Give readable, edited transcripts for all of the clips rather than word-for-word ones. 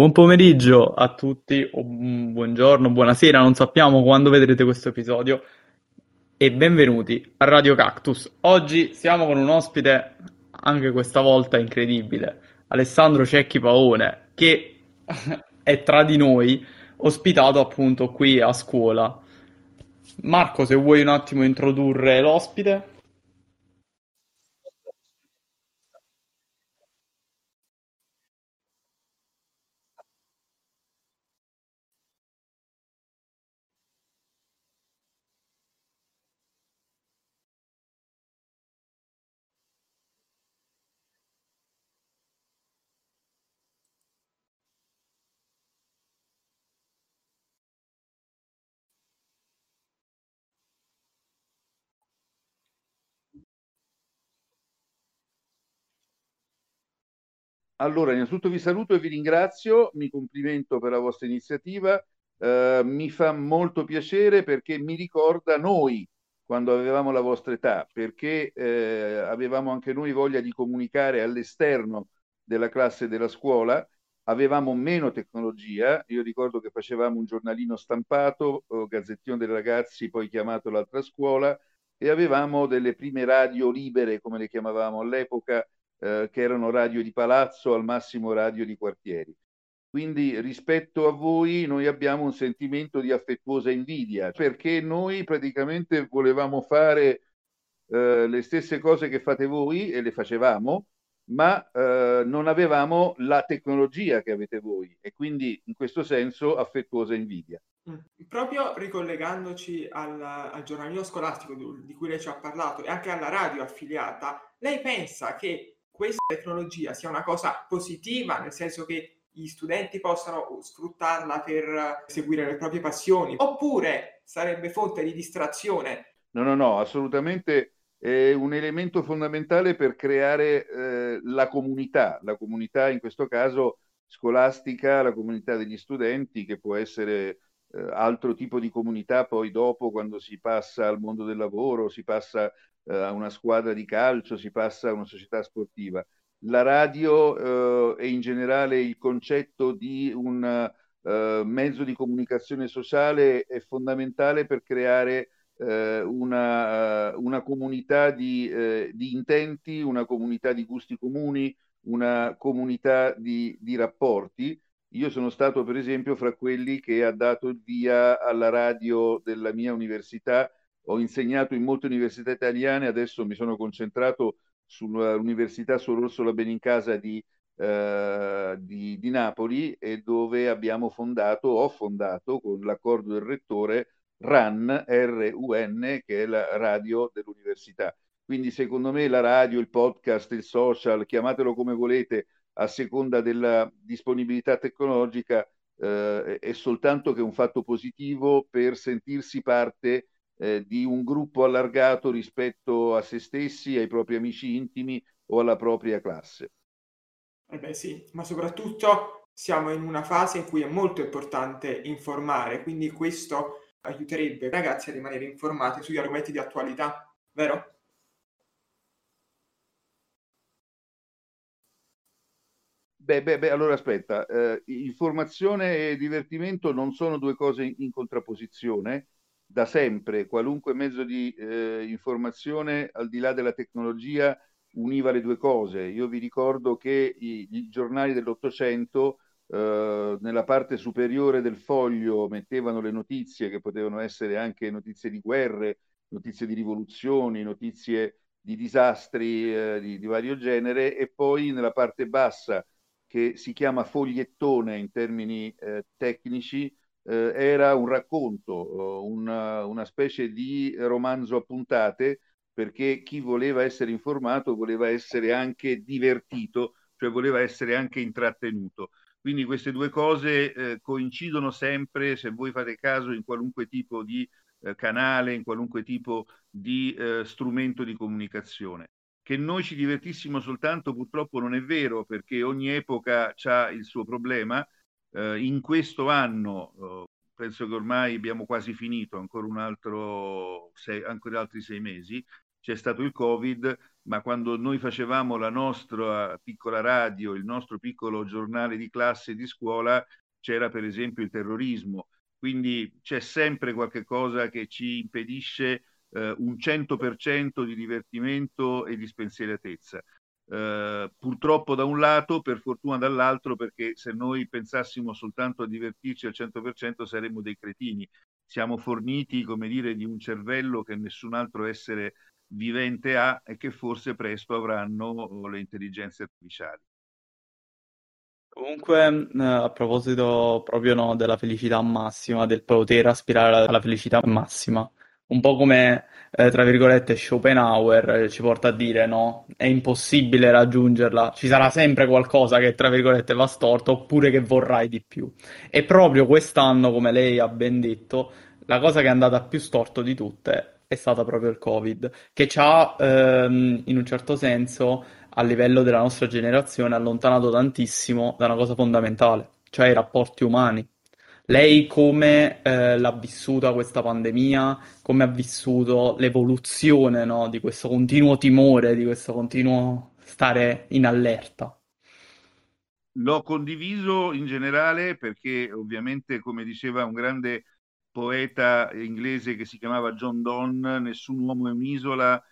Buon pomeriggio a tutti, o buongiorno, buonasera, non sappiamo quando vedrete questo episodio, e benvenuti a Radio Cactus. Oggi siamo con un ospite, anche questa volta incredibile, Alessandro Cecchi Paone, che è tra di noi, ospitato appunto qui a scuola. Marco, se vuoi un attimo introdurre l'ospite. Allora, innanzitutto vi saluto e vi ringrazio, mi complimento per la vostra iniziativa, mi fa molto piacere perché mi ricorda noi quando avevamo la vostra età, perché avevamo anche noi voglia di comunicare all'esterno della classe della scuola, avevamo meno tecnologia, io ricordo che facevamo un giornalino stampato, Gazzettino dei ragazzi, poi chiamato l'altra scuola, e avevamo delle prime radio libere, come le chiamavamo all'epoca, che erano radio di palazzo, al massimo radio di quartieri. Quindi rispetto a voi noi abbiamo un sentimento di affettuosa invidia, perché noi praticamente volevamo fare le stesse cose che fate voi e le facevamo, ma non avevamo la tecnologia che avete voi e quindi in questo senso affettuosa invidia. Proprio ricollegandoci al giornalino scolastico di cui lei ci ha parlato e anche alla radio affiliata, lei pensa che questa tecnologia sia una cosa positiva, nel senso che gli studenti possano sfruttarla per seguire le proprie passioni, oppure sarebbe fonte di distrazione? No, no, no, assolutamente è un elemento fondamentale per creare la comunità in questo caso scolastica, la comunità degli studenti, che può essere altro tipo di comunità poi dopo quando si passa al mondo del lavoro, si passa a una squadra di calcio, si passa a una società sportiva. La radio e in generale il concetto di un mezzo di comunicazione sociale è fondamentale per creare una comunità di intenti, una comunità di gusti comuni, una comunità di rapporti. Io sono stato, per esempio, fra quelli che ha dato il via alla radio della mia università. Ho insegnato in molte università italiane, adesso mi sono concentrato sull'Università Suor Orsola Benincasa di Napoli, e dove ho fondato con l'accordo del rettore RUN, RUN, che è la radio dell'università. Quindi secondo me la radio, il podcast, il social, chiamatelo come volete, a seconda della disponibilità tecnologica, è soltanto che un fatto positivo per sentirsi parte di un gruppo allargato rispetto a se stessi, ai propri amici intimi o alla propria classe. Eh beh sì, ma soprattutto siamo in una fase in cui è molto importante informare, quindi questo aiuterebbe i ragazzi a rimanere informati sugli argomenti di attualità, vero? Allora aspetta, informazione e divertimento non sono due cose in contrapposizione. Da sempre, qualunque mezzo di informazione, al di là della tecnologia, univa le due cose. Io vi ricordo che i giornali dell'Ottocento, nella parte superiore del foglio, mettevano le notizie che potevano essere anche notizie di guerre, notizie di rivoluzioni, notizie di disastri di vario genere, e poi nella parte bassa, che si chiama fogliettone in termini tecnici, era un racconto, una specie di romanzo a puntate, perché chi voleva essere informato voleva essere anche divertito, cioè voleva essere anche intrattenuto. Quindi queste due cose coincidono sempre, se voi fate caso, in qualunque tipo di canale, in qualunque tipo di strumento di comunicazione. Che noi ci divertissimo soltanto purtroppo non è vero, perché ogni epoca ha il suo problema. In questo anno penso che ormai abbiamo quasi finito, ancora altri 6 mesi. c'è stato il Covid, ma quando noi facevamo la nostra piccola radio, il nostro piccolo giornale di classe di scuola, c'era per esempio il terrorismo. Quindi c'è sempre qualche cosa che ci impedisce un 100% di divertimento e di spensieratezza. Purtroppo da un lato, per fortuna dall'altro, perché se noi pensassimo soltanto a divertirci al 100% saremmo dei cretini. Siamo forniti, come dire, di un cervello che nessun altro essere vivente ha e che forse presto avranno le intelligenze artificiali. Comunque, a proposito proprio no, della felicità massima, del poter aspirare alla felicità massima, un po' come, tra virgolette, Schopenhauer ci porta a dire, no, è impossibile raggiungerla, ci sarà sempre qualcosa che, tra virgolette, va storto oppure che vorrai di più. E proprio quest'anno, come lei ha ben detto, la cosa che è andata più storto di tutte è stata proprio il Covid, che ci ha, in un certo senso a livello della nostra generazione allontanato tantissimo da una cosa fondamentale, cioè i rapporti umani. Lei come l'ha vissuta questa pandemia? Come ha vissuto l'evoluzione, no, di questo continuo timore, di questo continuo stare in allerta? L'ho condiviso in generale perché ovviamente, come diceva un grande poeta inglese che si chiamava John Donne, nessun uomo è un'isola,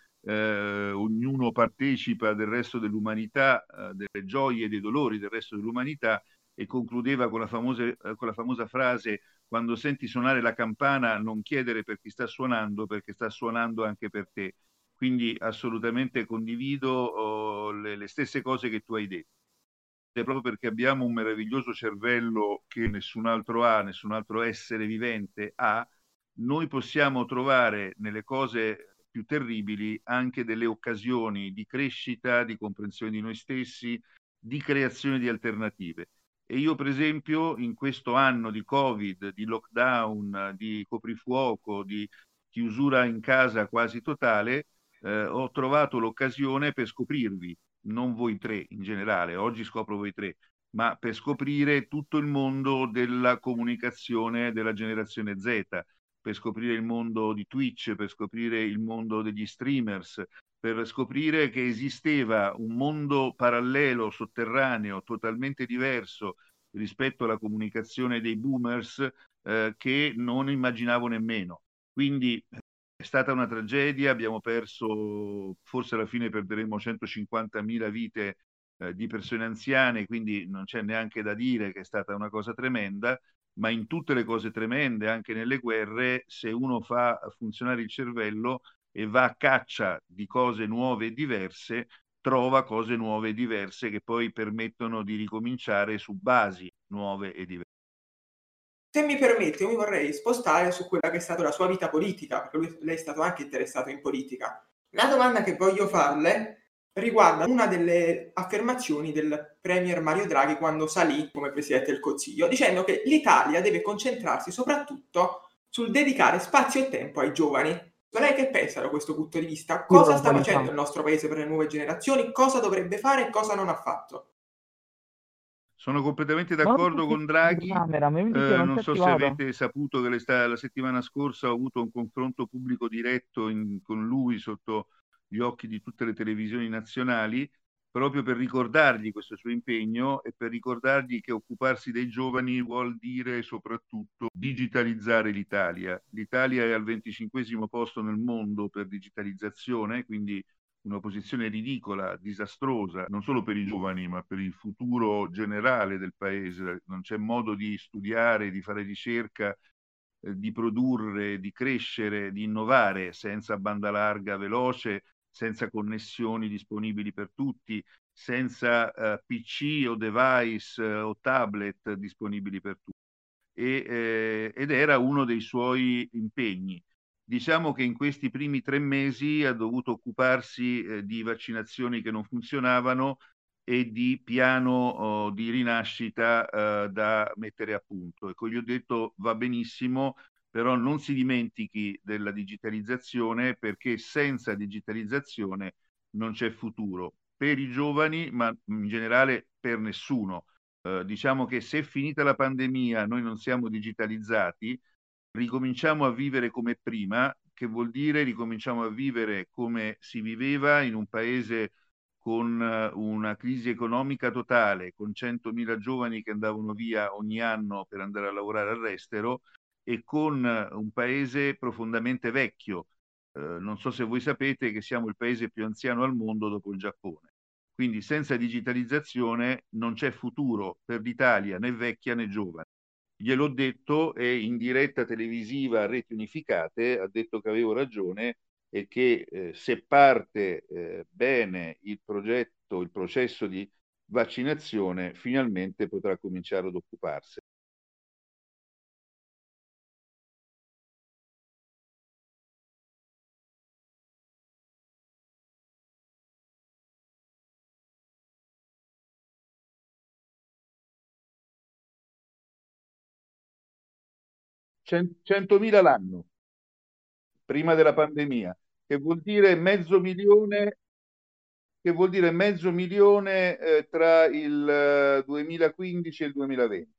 ognuno partecipa del resto dell'umanità, delle gioie e dei dolori del resto dell'umanità, e concludeva con la famosa frase: quando senti suonare la campana non chiedere per chi sta suonando, perché sta suonando anche per te. Quindi assolutamente condivido le stesse cose che tu hai detto. È proprio perché abbiamo un meraviglioso cervello che nessun altro ha, nessun altro essere vivente ha, noi possiamo trovare nelle cose più terribili anche delle occasioni di crescita, di comprensione di noi stessi, di creazione di alternative. E io, per esempio, in questo anno di Covid, di lockdown, di coprifuoco, di chiusura in casa quasi totale, ho trovato l'occasione per scoprirvi, non voi tre in generale, oggi scopro voi tre, ma per scoprire tutto il mondo della comunicazione della generazione Z, per scoprire il mondo di Twitch, per scoprire il mondo degli streamers, per scoprire che esisteva un mondo parallelo, sotterraneo, totalmente diverso rispetto alla comunicazione dei boomers, che non immaginavo nemmeno. Quindi è stata una tragedia, abbiamo perso, forse alla fine perderemo 150.000 vite di persone anziane, quindi non c'è neanche da dire che è stata una cosa tremenda, ma in tutte le cose tremende, anche nelle guerre, se uno fa funzionare il cervello e va a caccia di cose nuove e diverse, trova cose nuove e diverse che poi permettono di ricominciare su basi nuove e diverse. Se mi permette, io mi vorrei spostare su quella che è stata la sua vita politica, perché lei è stato anche interessato in politica. La domanda che voglio farle riguarda una delle affermazioni del premier Mario Draghi quando salì come Presidente del Consiglio, dicendo che l'Italia deve concentrarsi soprattutto sul dedicare spazio e tempo ai giovani. Ma lei che pensa da questo punto di vista? Cosa sta facendo il nostro paese per le nuove generazioni? Cosa dovrebbe fare e cosa non ha fatto? Sono completamente d'accordo con Draghi. Non so se avete saputo che la settimana scorsa ho avuto un confronto pubblico diretto con lui sotto gli occhi di tutte le televisioni nazionali, proprio per ricordargli questo suo impegno e per ricordargli che occuparsi dei giovani vuol dire soprattutto digitalizzare l'Italia. L'Italia è al 25° posto nel mondo per digitalizzazione, quindi una posizione ridicola, disastrosa, non solo per i giovani, ma per il futuro generale del paese. Non c'è modo di studiare, di fare ricerca, di produrre, di crescere, di innovare senza banda larga veloce, senza connessioni disponibili per tutti, senza PC o device o tablet disponibili per tutti. Ed era uno dei suoi impegni. Diciamo che in questi primi 3 mesi ha dovuto occuparsi di vaccinazioni che non funzionavano e di piano di rinascita da mettere a punto. Ecco, gli ho detto va benissimo, però non si dimentichi della digitalizzazione, perché senza digitalizzazione non c'è futuro per i giovani, ma in generale per nessuno. Diciamo che se finita la pandemia noi non siamo digitalizzati, ricominciamo a vivere come prima, che vuol dire ricominciamo a vivere come si viveva in un paese con una crisi economica totale, con 100.000 giovani che andavano via ogni anno per andare a lavorare all'estero e con un paese profondamente vecchio. Non so se voi sapete che siamo il paese più anziano al mondo dopo il Giappone. Quindi senza digitalizzazione non c'è futuro per l'Italia, né vecchia né giovane. Gliel'ho detto e in diretta televisiva a reti unificate ha detto che avevo ragione e che se parte bene il progetto, il processo di vaccinazione, finalmente potrà cominciare ad occuparsene. Cent- 100.000 l'anno prima della pandemia, che vuol dire mezzo milione, che vuol dire mezzo milione tra il 2015 e il 2020.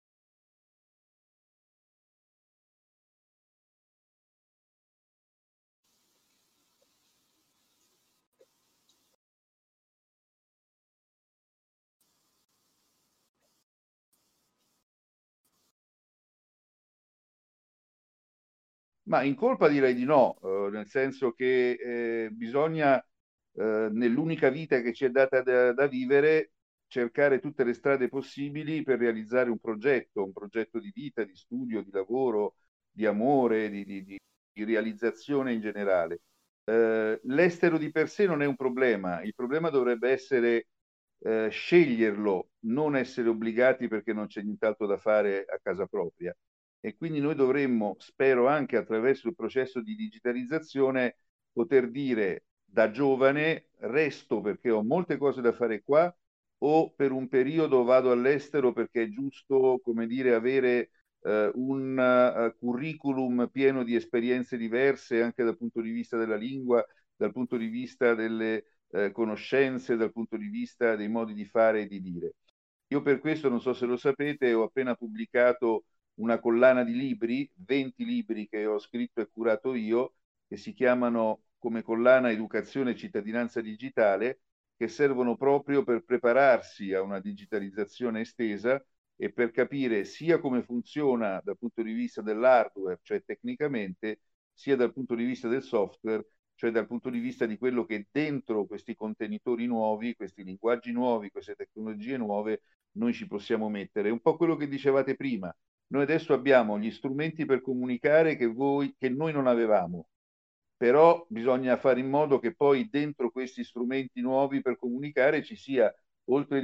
Ma in colpa direi di no, nel senso che bisogna, nell'unica vita che ci è data da vivere, cercare tutte le strade possibili per realizzare un progetto di vita, di studio, di lavoro, di amore, di realizzazione in generale. L'estero di per sé non è un problema, il problema dovrebbe essere sceglierlo, non essere obbligati perché non c'è nient'altro da fare a casa propria. E quindi noi dovremmo, spero anche attraverso il processo di digitalizzazione, poter dire da giovane resto perché ho molte cose da fare qua o per un periodo vado all'estero perché è giusto, come dire, avere un curriculum pieno di esperienze diverse anche dal punto di vista della lingua, dal punto di vista delle conoscenze, dal punto di vista dei modi di fare e di dire. Io per questo, non so se lo sapete, ho appena pubblicato una collana di libri, 20 libri che ho scritto e curato io, che si chiamano come collana Educazione e cittadinanza digitale, che servono proprio per prepararsi a una digitalizzazione estesa e per capire sia come funziona dal punto di vista dell'hardware, cioè tecnicamente, sia dal punto di vista del software, cioè dal punto di vista di quello che dentro questi contenitori nuovi, questi linguaggi nuovi, queste tecnologie nuove, noi ci possiamo mettere. È un po' quello che dicevate prima. Noi adesso abbiamo gli strumenti per comunicare che noi non avevamo, però bisogna fare in modo che poi dentro questi strumenti nuovi per comunicare ci sia, oltre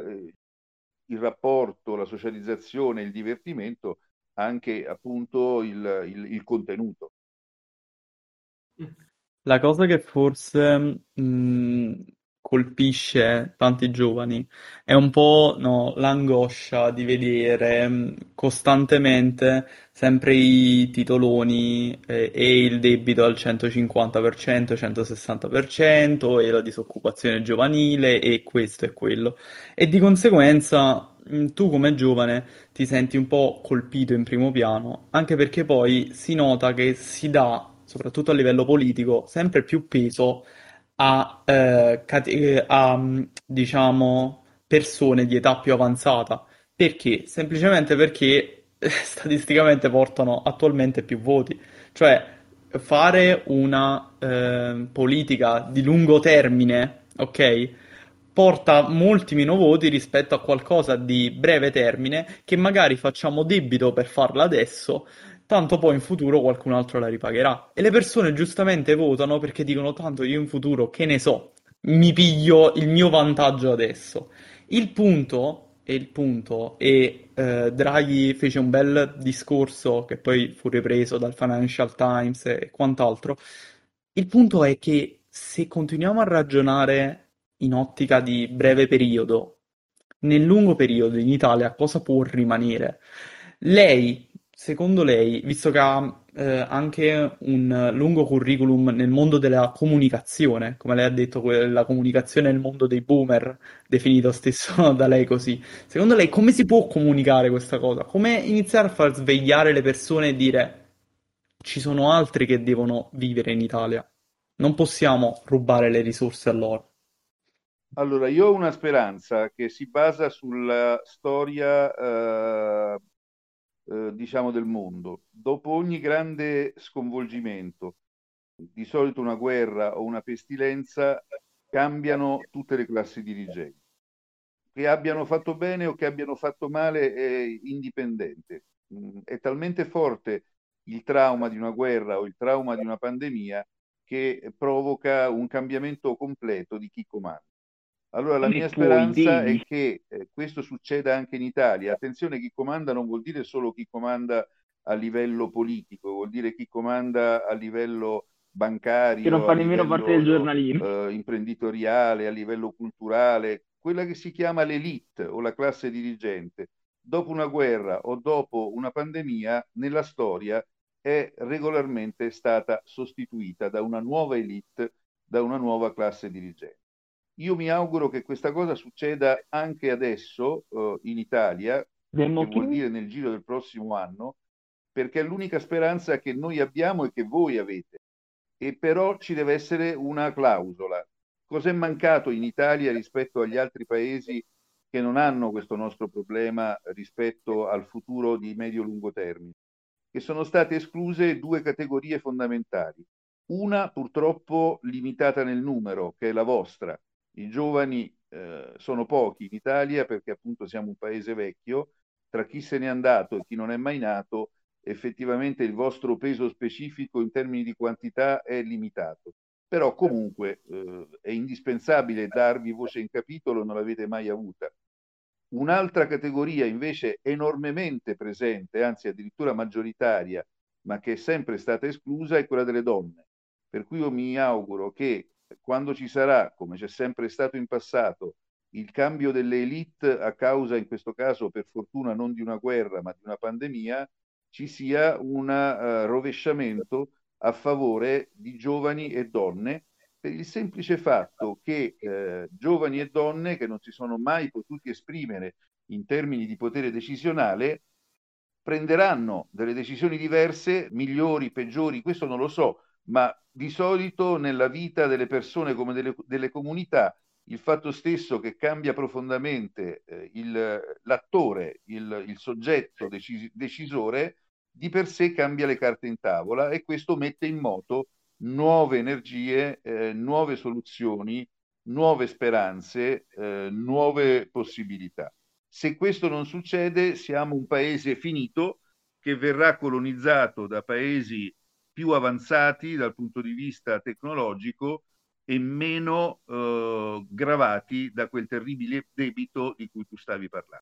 il rapporto, la socializzazione, il divertimento, anche appunto il contenuto. La cosa che forse colpisce tanti giovani è un po', no, l'angoscia di vedere costantemente sempre i titoloni e il debito al 150%, 160% e la disoccupazione giovanile e questo e quello. E di conseguenza tu come giovane ti senti un po' colpito in primo piano, anche perché poi si nota che si dà, soprattutto a livello politico, sempre più peso diciamo, persone di età più avanzata. Perché? Semplicemente perché statisticamente portano attualmente più voti. Cioè, fare una politica di lungo termine, ok? Porta molti meno voti rispetto a qualcosa di breve termine che magari facciamo debito per farla adesso, tanto poi in futuro qualcun altro la ripagherà. E le persone giustamente votano perché dicono tanto io in futuro, che ne so, mi piglio il mio vantaggio adesso. Il punto, e Draghi fece un bel discorso che poi fu ripreso dal Financial Times e quant'altro. Il punto è che se continuiamo a ragionare in ottica di breve periodo, nel lungo periodo in Italia cosa può rimanere? Lei, secondo lei, visto che ha anche un lungo curriculum nel mondo della comunicazione, come lei ha detto, la comunicazione nel mondo dei boomer, definito stesso da lei così, secondo lei come si può comunicare questa cosa? Come iniziare a far svegliare le persone e dire ci sono altri che devono vivere in Italia. Non possiamo rubare le risorse a loro. Allora, io ho una speranza che si basa sulla storia, diciamo, del mondo. Dopo ogni grande sconvolgimento, di solito una guerra o una pestilenza, cambiano tutte le classi dirigenti. Che abbiano fatto bene o che abbiano fatto male è indipendente. È talmente forte il trauma di una guerra o il trauma di una pandemia che provoca un cambiamento completo di chi comanda. Allora, la mia Come poi speranza vedi, è che questo succeda anche in Italia. Attenzione, chi comanda non vuol dire solo chi comanda a livello politico, vuol dire chi comanda a livello che non bancario, fa a nemmeno parte del livello giornalismo. imprenditoriale, a livello culturale, quella che si chiama l'elite o la classe dirigente. Dopo una guerra o dopo una pandemia, nella storia è regolarmente stata sostituita da una nuova elite, da una nuova classe dirigente. Io mi auguro che questa cosa succeda anche adesso, in Italia, Del che vuol motivo? dire nel giro del prossimo anno, perché è l'unica speranza che noi abbiamo e che voi avete. E però ci deve essere una clausola. Cos'è mancato in Italia rispetto agli altri paesi che non hanno questo nostro problema rispetto al futuro di medio-lungo termine? Che sono state escluse due categorie fondamentali. Una purtroppo limitata nel numero, che è la vostra. I giovani sono pochi in Italia perché appunto siamo un paese vecchio. Tra chi se n'è andato e chi non è mai nato, effettivamente il vostro peso specifico in termini di quantità è limitato. Però comunque è indispensabile darvi voce in capitolo, non l'avete mai avuta. Un'altra categoria invece enormemente presente, anzi addirittura maggioritaria, ma che è sempre stata esclusa, è quella delle donne. Per cui io mi auguro che quando ci sarà, come c'è sempre stato in passato, il cambio delle elite a causa, in questo caso, per fortuna, non di una guerra, ma di una pandemia, ci sia un rovesciamento a favore di giovani e donne per il semplice fatto che giovani e donne che non si sono mai potuti esprimere in termini di potere decisionale prenderanno delle decisioni diverse, migliori, peggiori, questo non lo so, ma di solito nella vita delle persone come delle comunità il fatto stesso che cambia profondamente l'attore, il soggetto decisore, di per sé cambia le carte in tavola e questo mette in moto nuove energie, nuove soluzioni, nuove speranze, nuove possibilità. Se questo non succede, siamo un paese finito che verrà colonizzato da paesi più avanzati dal punto di vista tecnologico e meno gravati da quel terribile debito di cui tu stavi parlando.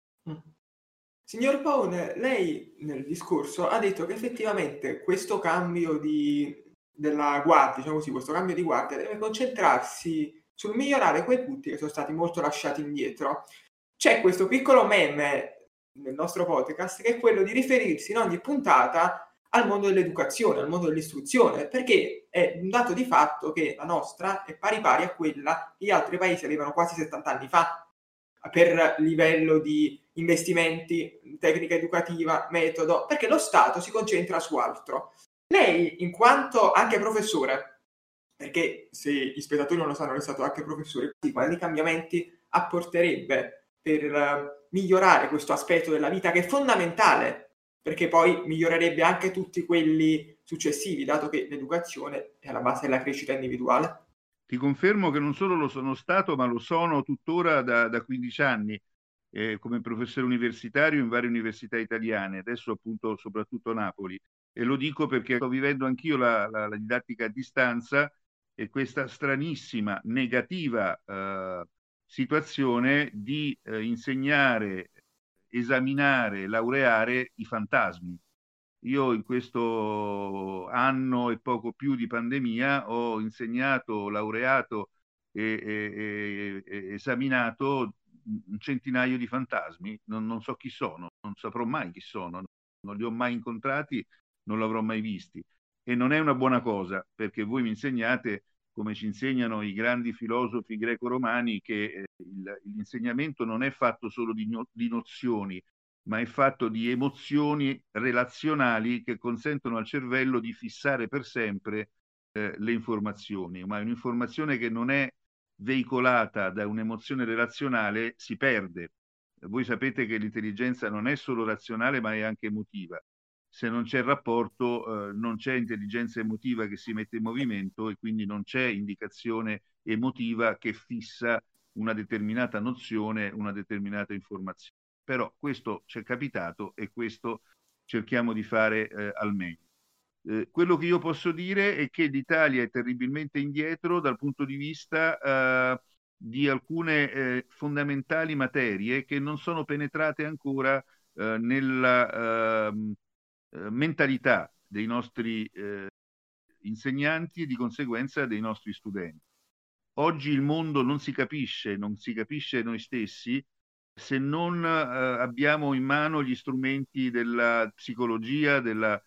Signor Paone, lei nel discorso ha detto che effettivamente questo cambio della guardia, diciamo così, questo cambio di guardia deve concentrarsi sul migliorare quei punti che sono stati molto lasciati indietro. C'è questo piccolo meme nel nostro podcast che è quello di riferirsi in ogni puntata al mondo dell'educazione, al mondo dell'istruzione, perché è un dato di fatto che la nostra è pari pari a quella che gli altri paesi avevano quasi 70 anni fa per livello di investimenti, tecnica educativa, metodo, perché lo Stato si concentra su altro. Lei, in quanto anche professore, perché se gli spettatori non lo sanno, è stato anche professore, quali cambiamenti apporterebbe per migliorare questo aspetto della vita che è fondamentale, perché poi migliorerebbe anche tutti quelli successivi, dato che l'educazione è alla base della crescita individuale? Ti confermo che non solo lo sono stato, ma lo sono tuttora da 15 anni come professore universitario in varie università italiane, adesso appunto soprattutto Napoli. E lo dico perché sto vivendo anch'io la didattica a distanza e questa stranissima, negativa situazione di insegnare, esaminare, laureare i fantasmi. Io in questo anno e poco più di pandemia ho insegnato, laureato e esaminato un centinaio di fantasmi. Non so chi sono, non saprò mai chi sono, non li ho mai incontrati, non l'avrò mai visti. E non è una buona cosa, perché voi mi insegnate, come ci insegnano i grandi filosofi greco-romani, che l'insegnamento non è fatto solo di nozioni, ma è fatto di emozioni relazionali che consentono al cervello di fissare per sempre le informazioni, ma un'informazione che non è veicolata da un'emozione relazionale si perde. Voi sapete che l'intelligenza non è solo razionale, ma è anche emotiva. Se non c'è rapporto, non c'è intelligenza emotiva che si mette in movimento e quindi non c'è indicazione emotiva che fissa una determinata nozione, una determinata informazione. Però questo ci è capitato e questo cerchiamo di fare al meglio. Quello che io posso dire è che l'Italia è terribilmente indietro dal punto di vista di alcune fondamentali materie che non sono penetrate ancora nella mentalità dei nostri insegnanti e di conseguenza dei nostri studenti. Oggi il mondo non si capisce noi stessi se non abbiamo in mano gli strumenti della psicologia, della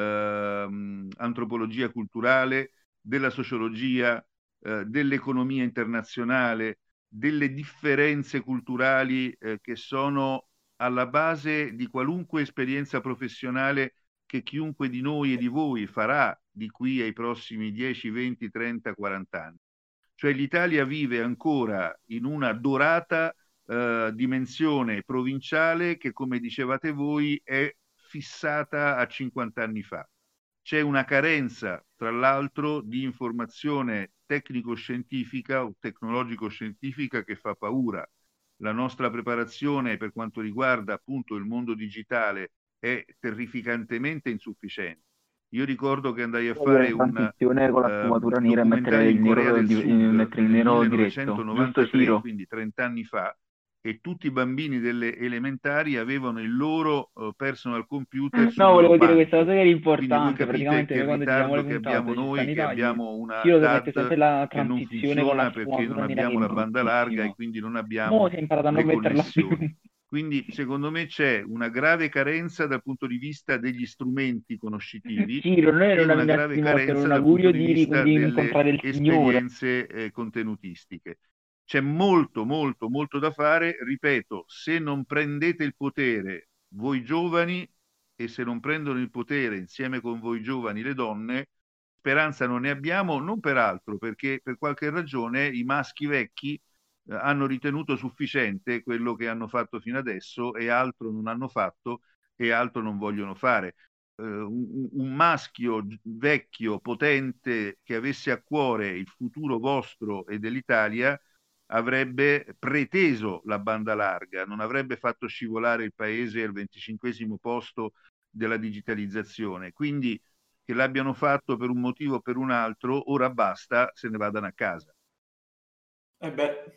antropologia culturale, della sociologia, dell'economia internazionale, delle differenze culturali che sono alla base di qualunque esperienza professionale che chiunque di noi e di voi farà di qui ai prossimi 10, 20, 30, 40 anni. Cioè l'Italia vive ancora in una dorata dimensione provinciale che, come dicevate voi, è fissata a 50 anni fa. C'è una carenza, tra l'altro, di informazione tecnico-scientifica o tecnologico-scientifica che fa paura. La nostra preparazione per quanto riguarda appunto il mondo digitale è terrificantemente insufficiente. Io ricordo che andai a fare un transizione con la sfumatura nera e documentario in Corea del Sud mettere il nel nero diretto, giusto 1993, Ciro? quindi 30 anni fa, e tutti i bambini delle elementari avevano il loro personal computer sul No, loro volevo dire banco. questa cosa che era Quindi voi importante, capite praticamente che noi il quando diciamo le ritardo che abbiamo puntate ci stanno noi, i che tagli, abbiamo una Ciro deve mettere DAT sempre la che non transizione con la funziona perché non sfumatura nera che è abbiamo la banda larga e bruttissimo. quindi non Mo' abbiamo si è imparato a le non metterla più. connessioni. Quindi secondo me c'è una grave carenza dal punto di vista degli strumenti conoscitivi Ciro, noi e non una nominati grave di morte, era carenza un dal punto augurio di vista di delle incontrare il Signore. esperienze contenutistiche. C'è molto, molto, molto da fare. Ripeto, se non prendete il potere voi giovani e se non prendono il potere insieme con voi giovani le donne, speranza non ne abbiamo, non per altro, perché per qualche ragione i maschi vecchi hanno ritenuto sufficiente quello che hanno fatto fino adesso e altro non hanno fatto e altro non vogliono fare. Un maschio vecchio, potente, che avesse a cuore il futuro vostro e dell'Italia, avrebbe preteso la banda larga, non avrebbe fatto scivolare il paese al 25° posto della digitalizzazione. Quindi che l'abbiano fatto per un motivo o per un altro, ora basta, se ne vadano a casa. Beh.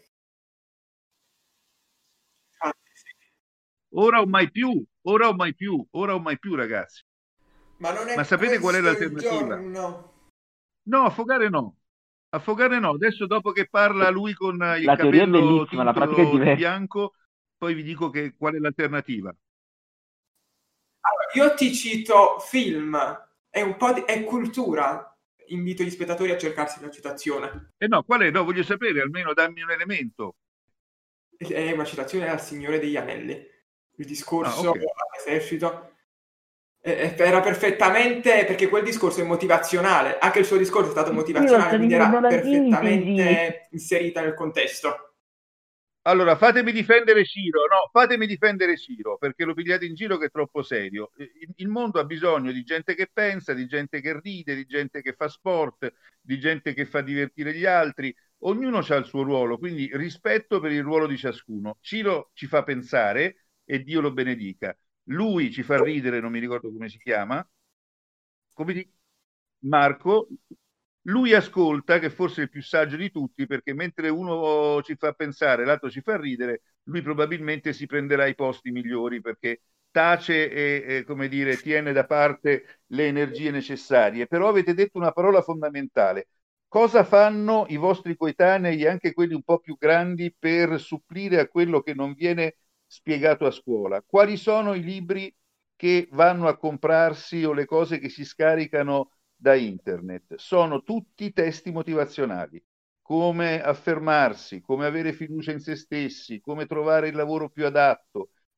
Ora o mai più, ora o mai più, ora o mai più, ragazzi. Ma non è Ma sapete qual è questo il l'alternativa? giorno? No, affogare no. Affogare no. Adesso dopo che parla lui con il La teoria è capello bellissima, la pratica è tinto di diversa. bianco, poi vi dico qual è l'alternativa. Allora, io ti cito film, è un po' è cultura. Invito gli spettatori a cercarsi la citazione. No, qual è? No, voglio sapere, almeno dammi un elemento. È una citazione al Signore degli Anelli. Il discorso okay. all'esercito era perfettamente, perché quel discorso è motivazionale, anche il suo discorso è stato motivazionale, quindi era perfettamente inserita nel contesto. Allora, fatemi difendere Ciro, no, fatemi difendere Ciro, perché lo pigliate in giro che è troppo serio. Il mondo ha bisogno di gente che pensa, di gente che ride, di gente che fa sport, di gente che fa divertire gli altri. Ognuno ha il suo ruolo, quindi rispetto per il ruolo di ciascuno. Ciro ci fa pensare e Dio lo benedica. Lui ci fa ridere, non mi ricordo come si chiama. Come di Marco. Lui ascolta, che forse è il più saggio di tutti, perché mentre uno ci fa pensare, l'altro ci fa ridere, lui probabilmente si prenderà i posti migliori perché tace e come dire, tiene da parte le energie necessarie. Però avete detto una parola fondamentale. Cosa fanno i vostri coetanei e anche quelli un po' più grandi per supplire a quello che non viene spiegato a scuola? Quali sono i libri che vanno a comprarsi o le cose che si scaricano da internet? Sono tutti testi motivazionali. Come affermarsi, come avere fiducia in se stessi, come trovare il lavoro più adatto,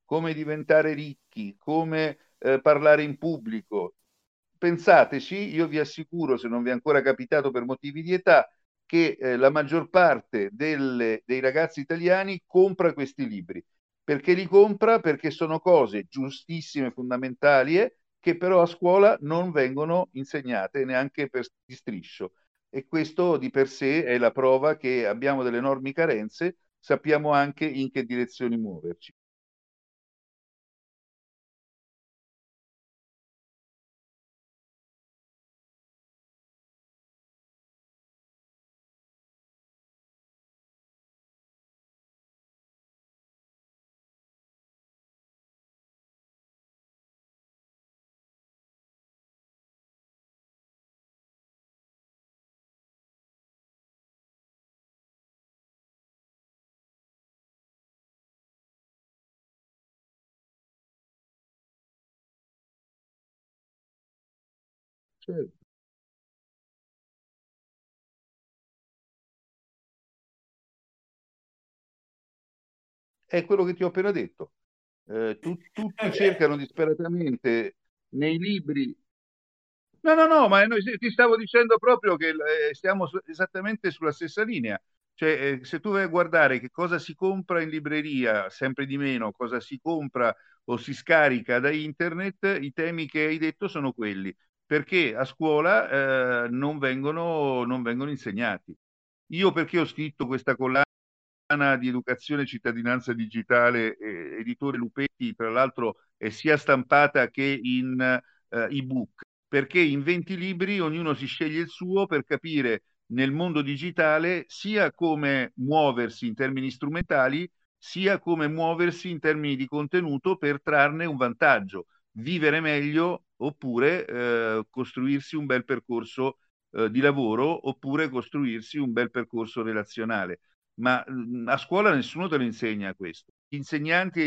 come diventare ricchi, come parlare in pubblico. Pensateci, io vi assicuro, se non vi è ancora capitato per motivi di età, che la maggior parte dei ragazzi italiani compra questi libri. Perché li compra? Perché sono cose giustissime, fondamentali, che però a scuola non vengono insegnate neanche di striscio. E questo di per sé è la prova che abbiamo delle enormi carenze, sappiamo anche in che direzioni muoverci. Certo. È quello che ti ho appena detto. Tutti cercano disperatamente nei libri. No, no, no, ma ti stavo dicendo proprio che stiamo esattamente sulla stessa linea. Cioè, se tu vai a guardare che cosa si compra in libreria, sempre di meno, cosa si compra o si scarica da internet, i temi che hai detto sono quelli, perché a scuola non vengono insegnati. Io perché ho scritto questa collana di educazione e cittadinanza digitale, editore Lupetti, tra l'altro è sia stampata che in ebook, perché in 20 libri ognuno si sceglie il suo per capire nel mondo digitale sia come muoversi in termini strumentali, sia come muoversi in termini di contenuto per trarne un vantaggio, vivere meglio oppure costruirsi un bel percorso di lavoro oppure costruirsi un bel percorso relazionale. Ma a scuola nessuno te lo insegna questo. Gli insegnanti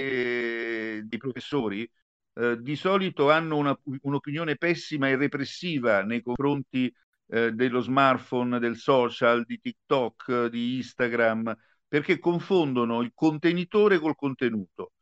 e i professori di solito hanno un'opinione pessima e repressiva nei confronti dello smartphone, del social, di TikTok, di Instagram, perché confondono il contenitore col contenuto.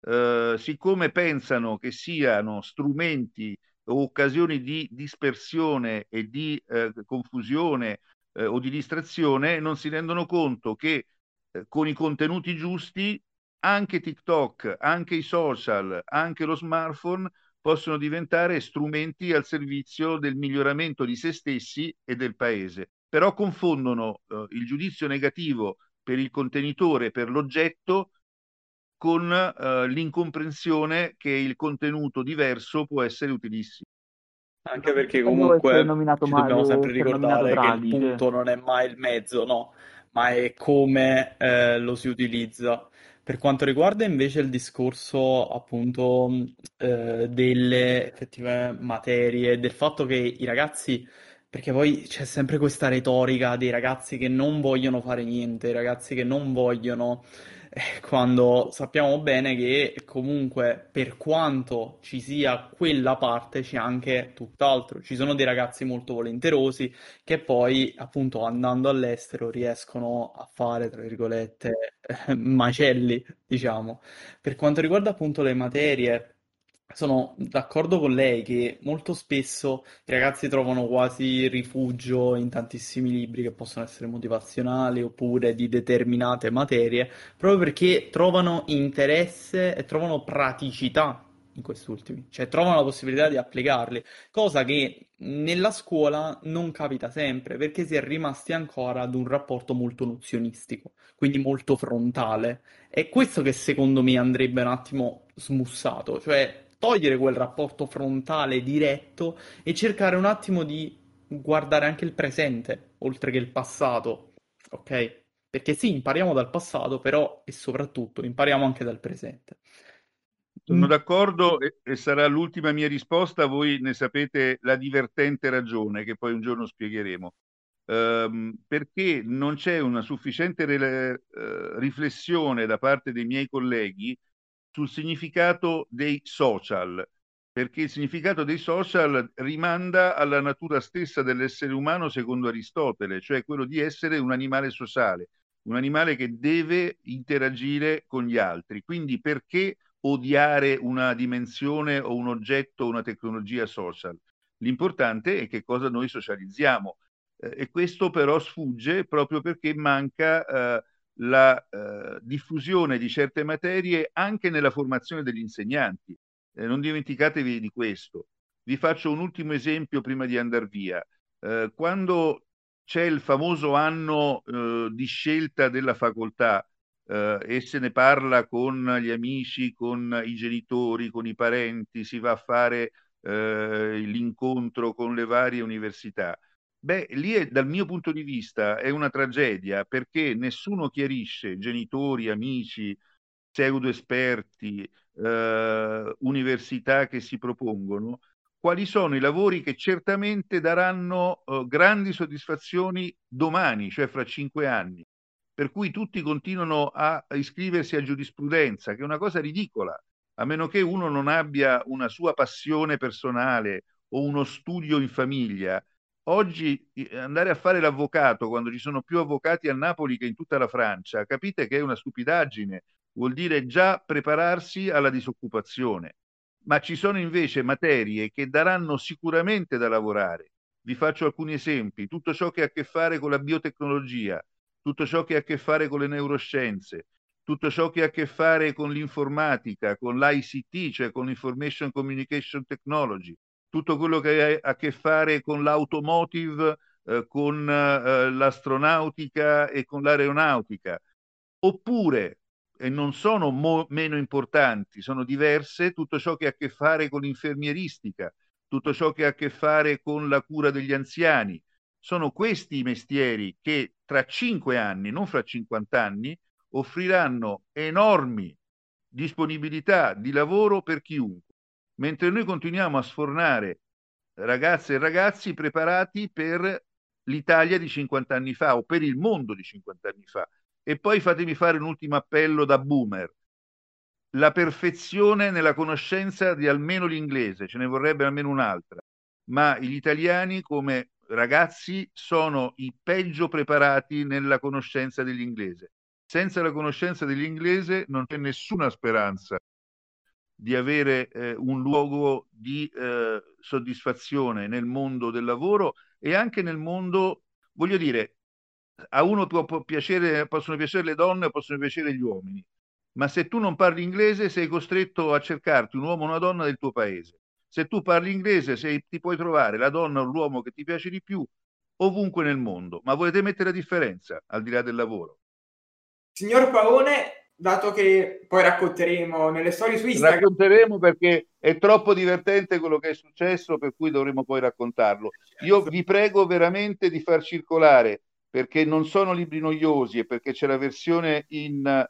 Siccome pensano che siano strumenti o occasioni di dispersione e di confusione o di distrazione, non si rendono conto che con i contenuti giusti anche TikTok, anche i social, anche lo smartphone possono diventare strumenti al servizio del miglioramento di se stessi e del paese. Però confondono il giudizio negativo per il contenitore, per l'oggetto, con l'incomprensione che il contenuto diverso può essere utilissimo. Anche perché Dopo essere comunque nominato ci dobbiamo male, sempre essere nominato ricordare che il Draghi, cioè. punto non è mai il mezzo, no, ma è come lo si utilizza. Per quanto riguarda invece il discorso appunto delle effettive materie, del fatto che i ragazzi, perché poi c'è sempre questa retorica dei ragazzi che non vogliono fare niente, i ragazzi che non vogliono quando sappiamo bene che comunque per quanto ci sia quella parte c'è anche tutt'altro. Ci sono dei ragazzi molto volenterosi che poi appunto andando all'estero riescono a fare, tra virgolette, macelli, diciamo. Per quanto riguarda appunto le materie, sono d'accordo con lei che molto spesso i ragazzi trovano quasi rifugio in tantissimi libri che possono essere motivazionali oppure di determinate materie proprio perché trovano interesse e trovano praticità in questi ultimi, cioè trovano la possibilità di applicarli, cosa che nella scuola non capita sempre, perché si è rimasti ancora ad un rapporto molto nozionistico, quindi molto frontale. È questo che secondo me andrebbe un attimo smussato, cioè togliere quel rapporto frontale diretto e cercare un attimo di guardare anche il presente, oltre che il passato, ok? Perché sì, impariamo dal passato, però e soprattutto impariamo anche dal presente. Sono d'accordo e sarà l'ultima mia risposta. Voi ne sapete la divertente ragione che poi un giorno spiegheremo. Perché non c'è una sufficiente riflessione da parte dei miei colleghi sul significato dei social, perché il significato dei social rimanda alla natura stessa dell'essere umano secondo Aristotele, cioè quello di essere un animale sociale, un animale che deve interagire con gli altri. Quindi perché odiare una dimensione o un oggetto o una tecnologia social. L'importante è che cosa noi socializziamo, e questo però sfugge proprio perché manca la diffusione di certe materie anche nella formazione degli insegnanti. Non dimenticatevi di questo. Vi faccio un ultimo esempio prima di andare via. Quando c'è il famoso anno di scelta della facoltà, e se ne parla con gli amici, con i genitori, con i parenti, si va a fare l'incontro con le varie università. Beh, lì dal mio punto di vista è una tragedia, perché nessuno chiarisce, genitori, amici, pseudo esperti, università che si propongono, quali sono i lavori che certamente daranno grandi soddisfazioni domani, cioè fra 5 anni. Per cui tutti continuano a iscriversi a giurisprudenza, che è una cosa ridicola, a meno che uno non abbia una sua passione personale o uno studio in famiglia. Oggi andare a fare l'avvocato quando ci sono più avvocati a Napoli che in tutta la Francia, capite che è una stupidaggine, vuol dire già prepararsi alla disoccupazione. Ma ci sono invece materie che daranno sicuramente da lavorare. Vi faccio alcuni esempi: tutto ciò che ha a che fare con la biotecnologia, tutto ciò che ha a che fare con le neuroscienze, tutto ciò che ha a che fare con l'informatica, con l'ICT, cioè con l'Information Communication Technology, tutto quello che ha a che fare con l'automotive, con l'astronautica e con l'aeronautica. Oppure, e non sono meno importanti, sono diverse, tutto ciò che ha a che fare con l'infermieristica, tutto ciò che ha a che fare con la cura degli anziani. Sono questi i mestieri che tra 5 anni, non fra 50 anni, offriranno enormi disponibilità di lavoro per chiunque, mentre noi continuiamo a sfornare ragazze e ragazzi preparati per l'Italia di 50 anni fa o per il mondo di 50 anni fa. E poi fatemi fare un ultimo appello da boomer: la perfezione nella conoscenza di almeno l'inglese, ce ne vorrebbe almeno un'altra, ma gli italiani come ragazzi sono i peggio preparati nella conoscenza dell'inglese. Senza la conoscenza dell'inglese non c'è nessuna speranza di avere un luogo di soddisfazione nel mondo del lavoro e anche nel mondo, voglio dire, a uno possono piacere le donne, possono piacere gli uomini, ma se tu non parli inglese sei costretto a cercarti un uomo o una donna del tuo paese. Se tu parli inglese ti puoi trovare la donna o l'uomo che ti piace di più ovunque nel mondo. Ma volete mettere la differenza al di là del lavoro? Signor Paone, dato che poi racconteremo nelle storie su Instagram. Racconteremo perché è troppo divertente quello che è successo, per cui dovremo poi raccontarlo. Io vi prego veramente di far circolare, perché non sono libri noiosi e perché c'è la versione in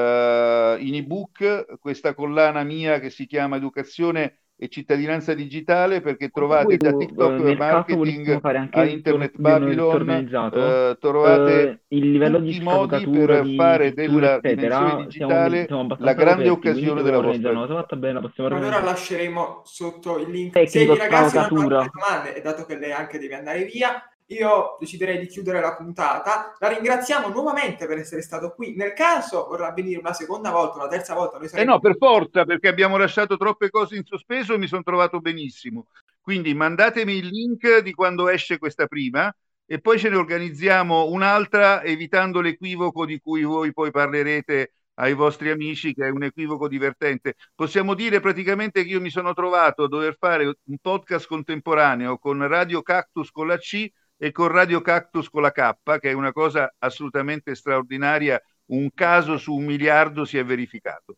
ebook, questa collana mia che si chiama Educazione e cittadinanza digitale, perché trovate da TikTok marketing a Internet Babylon, trovate il livello tutti di i modi scavalcatura, per di fare pittura, della dimensione eccetera, digitale siamo abbastanza la grande coperti, occasione quindi della dobbiamo vostra organizzare una cosa vita. fatta bene, la possiamo Allora organizzare. lasceremo sotto il link. Tecnico, Se i ragazzi non hanno scavalcatura. altre domande, e dato che lei anche deve andare via, io deciderei di chiudere la puntata. La ringraziamo nuovamente per essere stato qui. Nel caso vorrà venire una seconda volta, una terza volta, noi saremo... no, per forza, perché abbiamo lasciato troppe cose in sospeso e mi sono trovato benissimo. Quindi mandatemi il link di quando esce questa prima e poi ce ne organizziamo un'altra, evitando l'equivoco di cui voi poi parlerete ai vostri amici, che è un equivoco divertente. Possiamo dire praticamente che io mi sono trovato a dover fare un podcast contemporaneo con Radio Cactus con la C e con Radio Cactus con la K, che è una cosa assolutamente straordinaria. Un caso su 1 miliardo si è verificato.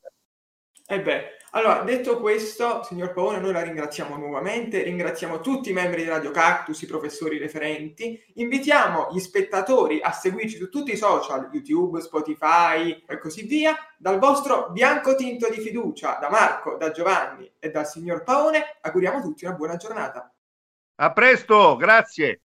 Allora, detto questo, signor Paone, noi la ringraziamo nuovamente, ringraziamo tutti i membri di Radio Cactus, i professori referenti, invitiamo gli spettatori a seguirci su tutti i social, YouTube, Spotify e così via. Dal vostro bianco tinto di fiducia, da Marco, da Giovanni e dal signor Paone, auguriamo a tutti una buona giornata. A presto, grazie!